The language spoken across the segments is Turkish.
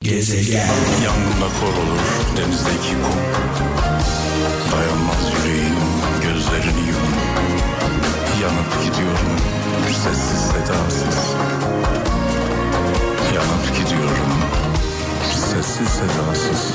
Gezegen. Yangında kor olur denizdeki kum. Dayanmaz yüreğin gözlerini yum. Yanıp gidiyorum sessiz sedasız. Yanıp gidiyorum sessiz sedasız.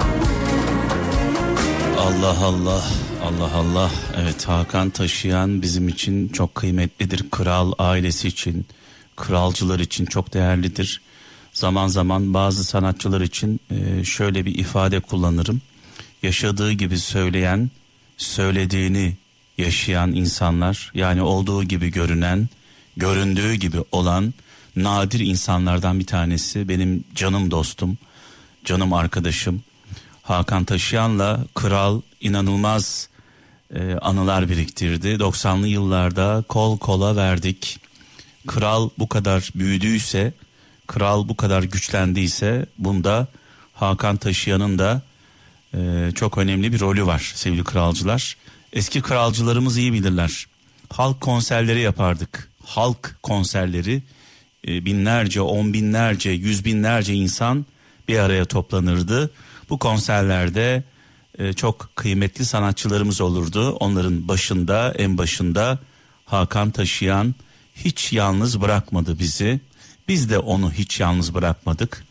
Allah Allah, Allah Allah. Evet, Hakan Taşıyan bizim için çok kıymetlidir. Kral ailesi için, kralcılar için çok değerlidir. Zaman zaman bazı sanatçılar için şöyle bir ifade kullanırım. Yaşadığı gibi söyleyen, söylediğini yaşayan insanlar, yani olduğu gibi görünen, göründüğü gibi olan nadir insanlardan bir tanesi benim canım dostum, canım arkadaşım Hakan Taşıyan'la Kral inanılmaz anılar biriktirdi. 90'lı yıllarda kol kola verdik. Kral bu kadar büyüdüyse, Kral bu kadar güçlendiyse bunda Hakan Taşıyan'ın da çok önemli bir rolü var sevgili kralcılar. Eski kralcılarımız iyi bilirler. Halk konserleri yapardık. Halk konserleri, binlerce, on binlerce, yüz binlerce insan bir araya toplanırdı. Bu konserlerde çok kıymetli sanatçılarımız olurdu. Onların başında, en başında Hakan Taşıyan hiç yalnız bırakmadı bizi. Biz de onu hiç yalnız bırakmadık.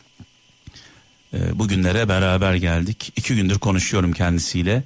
Bugünlere beraber geldik. 2 gündür konuşuyorum kendisiyle.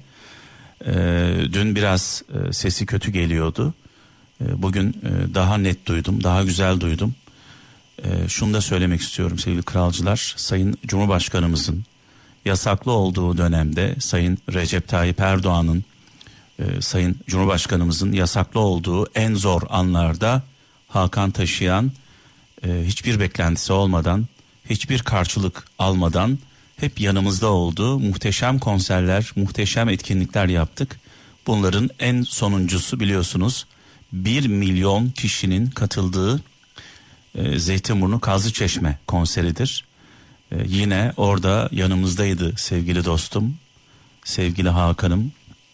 Dün biraz sesi kötü geliyordu. Bugün daha net duydum, daha güzel duydum. Şunu da söylemek istiyorum sevgili kralcılar. Sayın Cumhurbaşkanımızın yasaklı olduğu dönemde, Sayın Recep Tayyip Erdoğan'ın, Sayın Cumhurbaşkanımızın yasaklı olduğu en zor anlarda Hakan Taşıyan hiçbir beklentisi olmadan, hiçbir karşılık almadan hep yanımızda oldu. Muhteşem konserler, muhteşem etkinlikler yaptık. Bunların en sonuncusu biliyorsunuz 1 milyon kişinin katıldığı Zeytinburnu Kazlıçeşme konseridir. Yine orada yanımızdaydı sevgili dostum, sevgili Hakan'ım.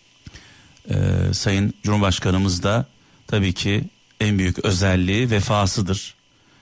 Sayın Cumhurbaşkanımız da tabii ki en büyük özelliği vefasıdır.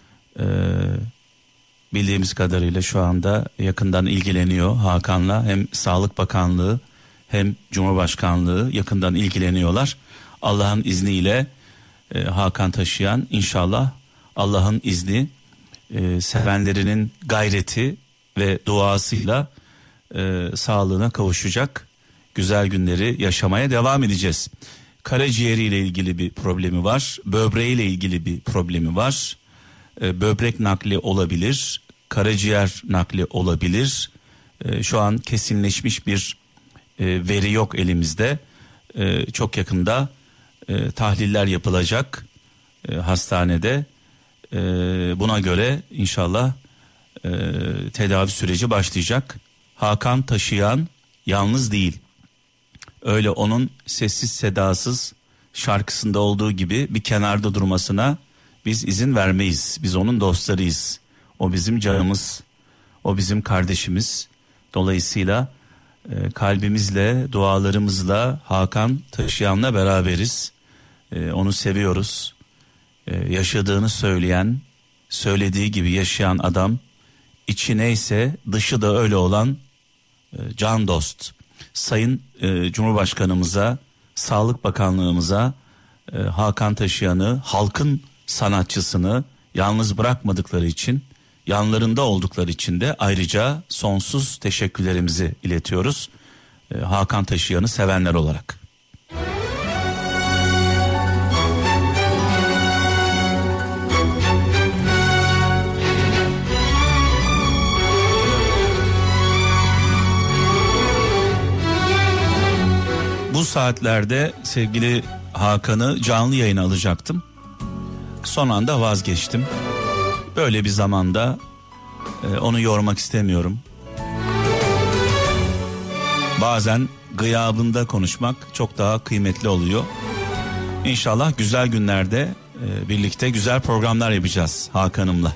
Bildiğimiz kadarıyla şu anda yakından ilgileniyor Hakan'la. Hem Sağlık Bakanlığı hem Cumhurbaşkanlığı yakından ilgileniyorlar. Allah'ın izniyle Hakan Taşıyan inşallah Allah'ın izni, sevenlerinin gayreti ve duasıyla sağlığına kavuşacak, güzel günleri yaşamaya devam edeceğiz. Karaciğeriyle ilgili bir problemi var, böbreğiyle ilgili bir problemi var. Böbrek nakli olabilir, karaciğer nakli olabilir. Şu an kesinleşmiş bir veri yok elimizde. Çok yakında tahliller yapılacak hastanede. Buna göre inşallah tedavi süreci başlayacak. Hakan Taşıyan yalnız değil. Öyle onun sessiz sedasız şarkısında olduğu gibi bir kenarda durmasına biz izin vermeyiz. Biz onun dostlarıyız. O bizim canımız. O bizim kardeşimiz. Dolayısıyla kalbimizle, dualarımızla Hakan Taşıyan'la beraberiz. Onu seviyoruz. Yaşadığını söyleyen, söylediği gibi yaşayan adam, içi neyse dışı da öyle olan can dost. Sayın Cumhurbaşkanımıza, Sağlık Bakanlığımıza Hakan Taşıyan'ı, halkın sanatçısını yalnız bırakmadıkları için, yanlarında oldukları için de ayrıca sonsuz teşekkürlerimizi iletiyoruz. Hakan Taşıyan'ı sevenler olarak. Bu saatlerde sevgili Hakan'ı canlı yayına alacaktım. Son anda vazgeçtim. Böyle bir zamanda onu yormak istemiyorum. Bazen gıyabında konuşmak çok daha kıymetli oluyor. İnşallah güzel günlerde birlikte güzel programlar yapacağız Hakan'ımla.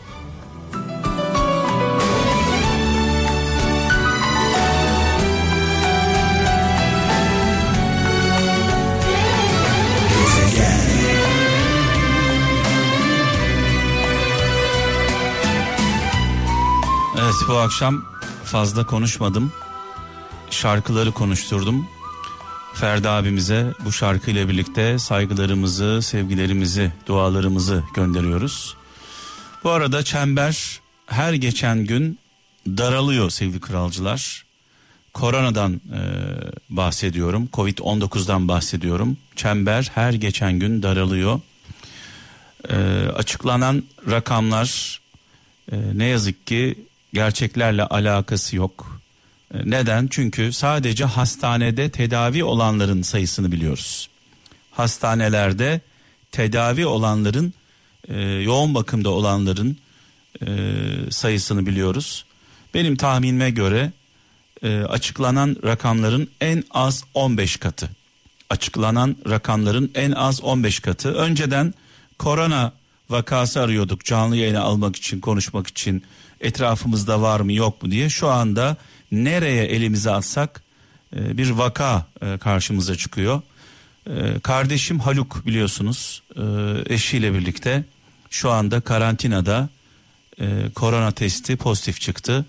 Evet, bu bu akşam fazla konuşmadım. Şarkıları konuşturdum. Ferdi abimize bu şarkıyla birlikte saygılarımızı, sevgilerimizi, dualarımızı gönderiyoruz. Bu arada çember her geçen gün daralıyor sevgili kralcılar. Koronadan bahsediyorum. Covid-19'dan bahsediyorum. Çember her geçen gün daralıyor. Açıklanan rakamlar ne yazık ki gerçeklerle alakası yok. Neden? Çünkü sadece hastanede tedavi olanların sayısını biliyoruz. Hastanelerde tedavi olanların, yoğun bakımda olanların sayısını biliyoruz. Benim tahminime göre açıklanan rakamların en az 15 katı. Açıklanan rakamların en az 15 katı. Önceden korona vakası arıyorduk canlı yayına almak için, konuşmak için, etrafımızda var mı yok mu diye. Şu anda nereye elimizi atsak bir vaka karşımıza çıkıyor. Kardeşim Haluk biliyorsunuz, eşiyle birlikte şu anda karantinada, korona testi pozitif çıktı.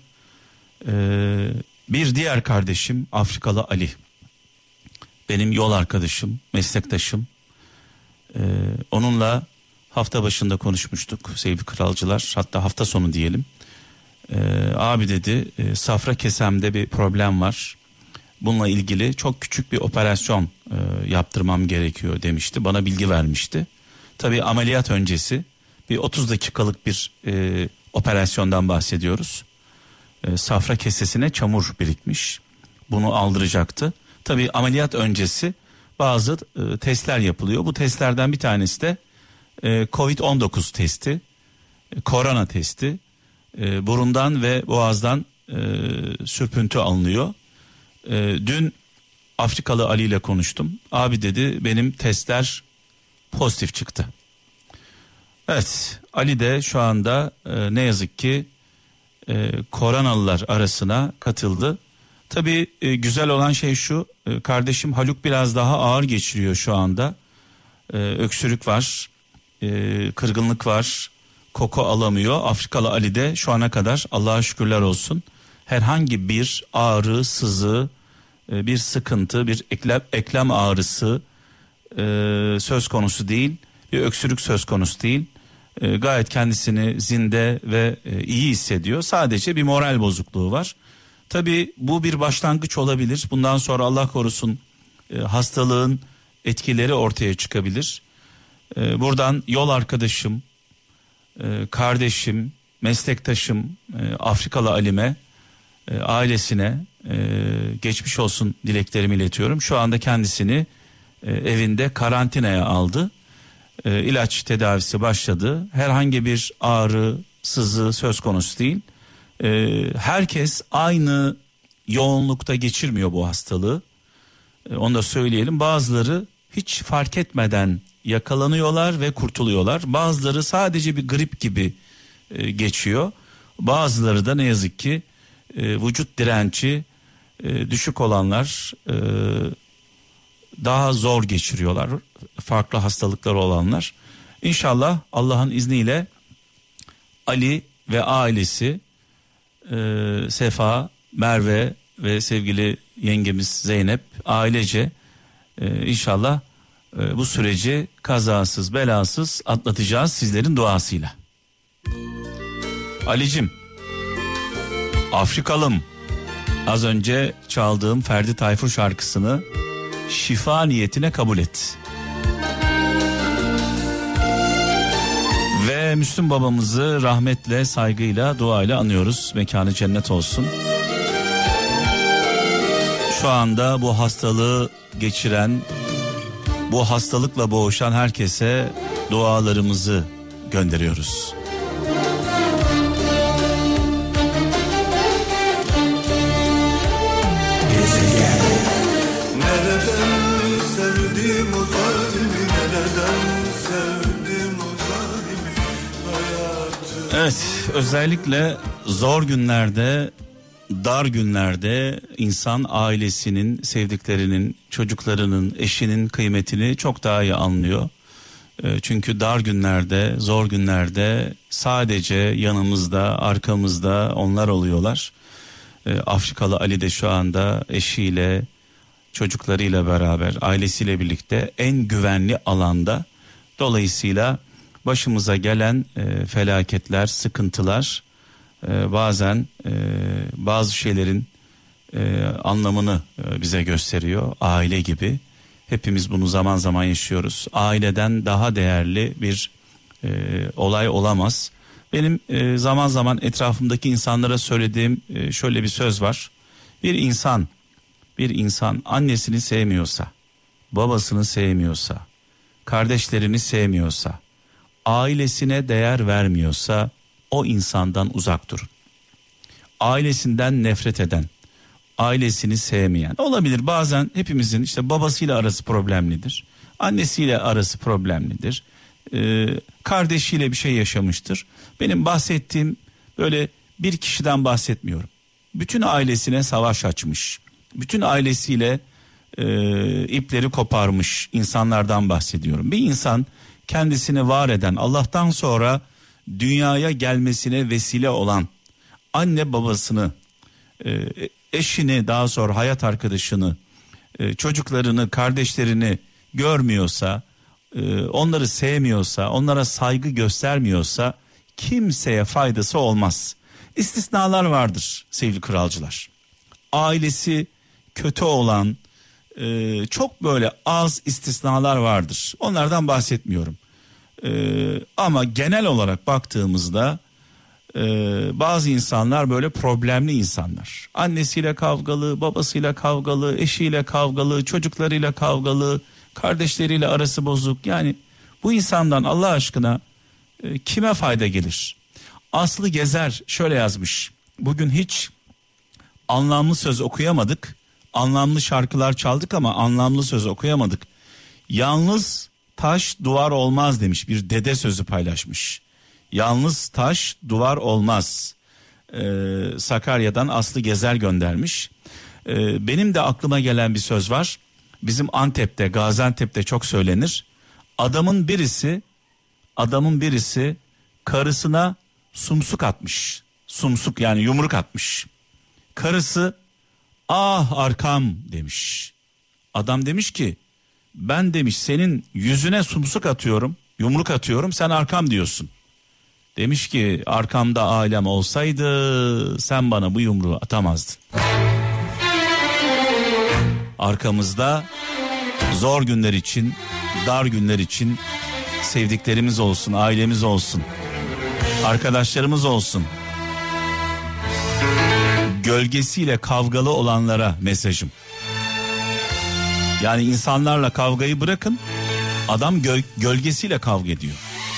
Bir diğer kardeşim Afrikalı Ali, benim yol arkadaşım, meslektaşım. Onunla hafta başında konuşmuştuk sevgili kralcılar, hatta hafta sonu diyelim. Abi dedi, safra kesemde bir problem var. Bununla ilgili çok küçük bir operasyon yaptırmam gerekiyor demişti. Bana bilgi vermişti. Tabii ameliyat öncesi bir 30 dakikalık bir operasyondan bahsediyoruz. Safra kesesine çamur birikmiş. Bunu aldıracaktı. Tabii ameliyat öncesi bazı testler yapılıyor. Bu testlerden bir tanesi de Covid-19 testi, korona testi. Burundan ve boğazdan sürpüntü alınıyor. Dün Afrikalı Ali ile konuştum. Abi dedi, benim testler pozitif çıktı. Evet, Ali de şu anda ne yazık ki koronalılar arasına katıldı. Tabii güzel olan şey şu, kardeşim Haluk biraz daha ağır geçiriyor şu anda. Öksürük var, kırgınlık var, koku alamıyor. Afrikalı Ali de şu ana kadar Allah'a şükürler olsun herhangi bir ağrı, sızı, bir sıkıntı, bir eklem ağrısı söz konusu değil. Bir öksürük söz konusu değil. Gayet kendisini zinde ve iyi hissediyor. Sadece bir moral bozukluğu var. Tabii bu bir başlangıç olabilir. Bundan sonra Allah korusun hastalığın etkileri ortaya çıkabilir. Buradan yol arkadaşım, kardeşim, meslektaşım Afrikalı Ali'me, ailesine geçmiş olsun dileklerimi iletiyorum. Şu anda kendisini evinde karantinaya aldı. İlaç tedavisi başladı. Herhangi bir ağrı, sızı söz konusu değil. Herkes aynı yoğunlukta geçirmiyor bu hastalığı. Onu da söyleyelim. Bazıları hiç fark etmeden yakalanıyorlar ve kurtuluyorlar. Bazıları sadece bir grip gibi geçiyor. Bazıları da ne yazık ki vücut direnci düşük olanlar daha zor geçiriyorlar. Farklı hastalıkları olanlar. İnşallah Allah'ın izniyle Ali ve ailesi, Sefa, Merve ve sevgili yengemiz Zeynep ailece inşallah bu süreci kazasız belasız atlatacağız sizlerin duasıyla. Ali'cim, Afrikalım, az önce çaldığım Ferdi Tayfur şarkısını şifa niyetine kabul et. Ve Müslüm babamızı rahmetle, saygıyla, duayla anıyoruz. Mekanı cennet olsun. Şu anda bu hastalığı geçiren, bu hastalıkla boğuşan herkese dualarımızı gönderiyoruz. Nereden sevdim o zalimi, nereden sevdim o zalimi, hayatım. Evet, özellikle zor günlerde, dar günlerde insan ailesinin, sevdiklerinin, çocuklarının, eşinin kıymetini çok daha iyi anlıyor. Çünkü dar günlerde, zor günlerde sadece yanımızda, arkamızda onlar oluyorlar. Afrikalı Ali de şu anda eşiyle, çocuklarıyla beraber, ailesiyle birlikte en güvenli alanda. Dolayısıyla başımıza gelen felaketler, sıkıntılar bazen bazı şeylerin anlamını bize gösteriyor. Aile gibi. Hepimiz bunu zaman zaman yaşıyoruz. Aileden daha değerli bir olay olamaz. Benim zaman zaman etrafımdaki insanlara söylediğim şöyle bir söz var. Bir insan annesini sevmiyorsa, babasını sevmiyorsa, kardeşlerini sevmiyorsa, ailesine değer vermiyorsa o insandan uzak durun. Ailesinden nefret eden, ailesini sevmeyen olabilir. Bazen hepimizin işte babasıyla arası problemlidir, annesiyle arası problemlidir, kardeşiyle bir şey yaşamıştır. Benim bahsettiğim böyle bir kişiden bahsetmiyorum. Bütün ailesine savaş açmış, bütün ailesiyle ipleri koparmış insanlardan bahsediyorum. Bir insan kendisini var eden, Allah'tan sonra dünyaya gelmesine vesile olan anne babasını, eşini, daha sonra hayat arkadaşını, çocuklarını, kardeşlerini görmüyorsa, onları sevmiyorsa, onlara saygı göstermiyorsa kimseye faydası olmaz. İstisnalar vardır sevgili kralcılar. Ailesi kötü olan çok böyle az istisnalar vardır. Onlardan bahsetmiyorum. Ama genel olarak baktığımızda bazı insanlar böyle problemli insanlar. Annesiyle kavgalı, babasıyla kavgalı, eşiyle kavgalı, çocuklarıyla kavgalı, kardeşleriyle arası bozuk. Yani bu insandan Allah aşkına kime fayda gelir? Aslı Gezer şöyle yazmış. Bugün hiç anlamlı söz okuyamadık. Anlamlı şarkılar çaldık ama anlamlı söz okuyamadık. Yalnız taş duvar olmaz demiş, bir dede sözü paylaşmış. Yalnız taş duvar olmaz. Sakarya'dan Aslı Gezer göndermiş. Benim de aklıma gelen bir söz var. Bizim Antep'te, Gaziantep'te çok söylenir. Adamın birisi karısına sumsuk atmış. Sumsuk yani yumruk atmış. Karısı ah arkam demiş. Adam demiş ki ben demiş senin yüzüne sumsuk atıyorum, yumruk atıyorum, sen arkam diyorsun. Demiş ki arkamda ailem olsaydı sen bana bu yumruğu atamazdın. Arkamızda zor günler için, dar günler için sevdiklerimiz olsun, ailemiz olsun, arkadaşlarımız olsun. Gölgesiyle kavgalı olanlara mesajım. Yani insanlarla kavgayı bırakın, adam gölgesiyle kavga ediyor.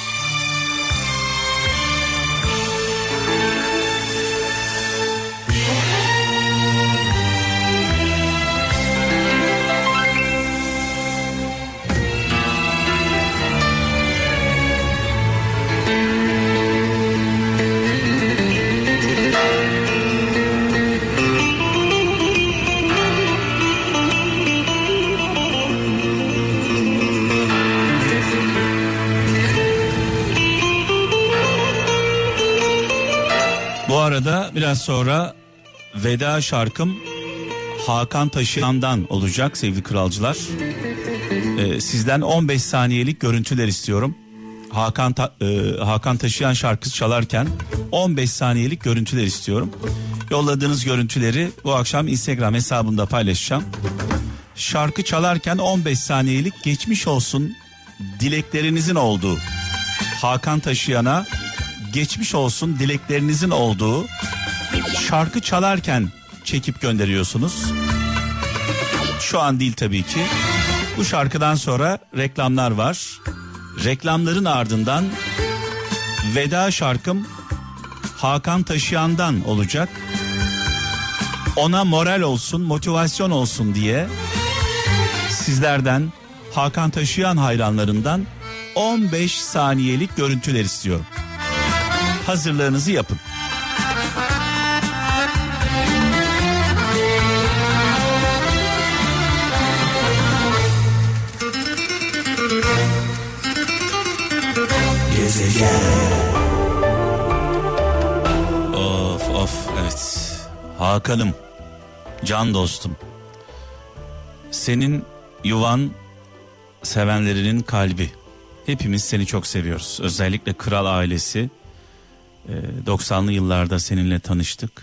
Bu arada biraz sonra veda şarkım Hakan Taşıyan'dan olacak sevgili kralcılar. Sizden 15 saniyelik görüntüler istiyorum. Hakan Taşıyan şarkısı çalarken 15 saniyelik görüntüler istiyorum. Yolladığınız görüntüleri bu akşam Instagram hesabında paylaşacağım. Şarkı çalarken 15 saniyelik geçmiş olsun dileklerinizin olduğu, Hakan Taşıyan'a geçmiş olsun dileklerinizin olduğu şarkı çalarken çekip gönderiyorsunuz. Şu an değil tabii ki. Bu şarkıdan sonra reklamlar var. Reklamların ardından veda şarkım Hakan Taşıyan'dan olacak. Ona moral olsun, motivasyon olsun diye sizlerden, Hakan Taşıyan hayranlarından 15 saniyelik görüntüler istiyorum. Hazırlığınızı yapın. Hakan'ım, can dostum, senin yuvan sevenlerinin kalbi. Hepimiz seni çok seviyoruz. Özellikle Kral ailesi. 90'lı yıllarda seninle tanıştık.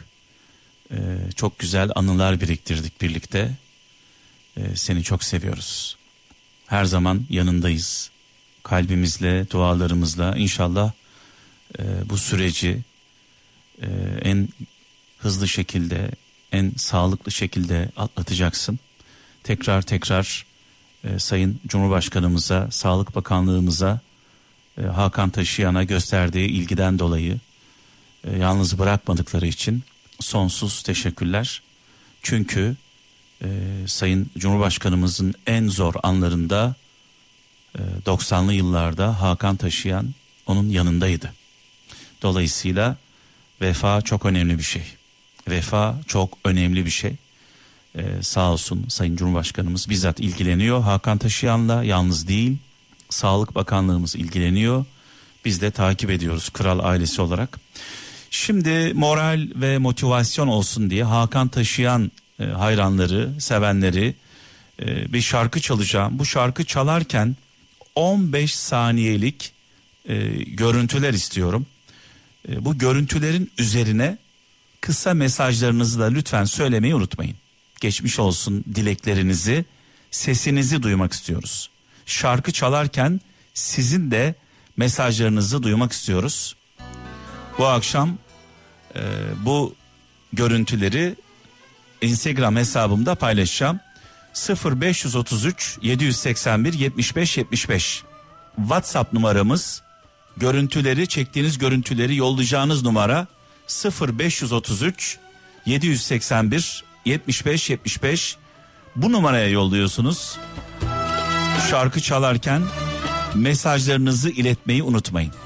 Çok güzel anılar biriktirdik birlikte. Seni çok seviyoruz. Her zaman yanındayız. Kalbimizle, dualarımızla inşallah bu süreci en hızlı şekilde, en sağlıklı şekilde atlatacaksın. Tekrar Sayın Cumhurbaşkanımıza, Sağlık Bakanlığımıza, Hakan Taşıyan'a gösterdiği ilgiden dolayı, yalnız bırakmadıkları için sonsuz teşekkürler. Çünkü Sayın Cumhurbaşkanımızın en zor anlarında 90'lı yıllarda Hakan Taşıyan onun yanındaydı. Dolayısıyla vefa çok önemli bir şey. Vefa çok önemli bir şey. Sağ olsun Sayın Cumhurbaşkanımız bizzat ilgileniyor Hakan Taşıyan'la, yalnız değil. Sağlık Bakanlığımız ilgileniyor. Biz de takip ediyoruz Kral ailesi olarak. Şimdi moral ve motivasyon olsun diye Hakan Taşıyan hayranları, sevenleri bir şarkı çalacağım. Bu şarkı çalarken 15 saniyelik görüntüler istiyorum. Bu görüntülerin üzerine kısa mesajlarınızı da lütfen söylemeyi unutmayın. Geçmiş olsun dileklerinizi, sesinizi duymak istiyoruz. Şarkı çalarken sizin de mesajlarınızı duymak istiyoruz. Bu akşam bu görüntüleri Instagram hesabımda paylaşacağım. 0533 781 75 75 WhatsApp numaramız. Görüntüleri, çektiğiniz görüntüleri yollayacağınız numara 0533 781 75 75. Bu numaraya yolluyorsunuz. Şarkı çalarken mesajlarınızı iletmeyi unutmayın.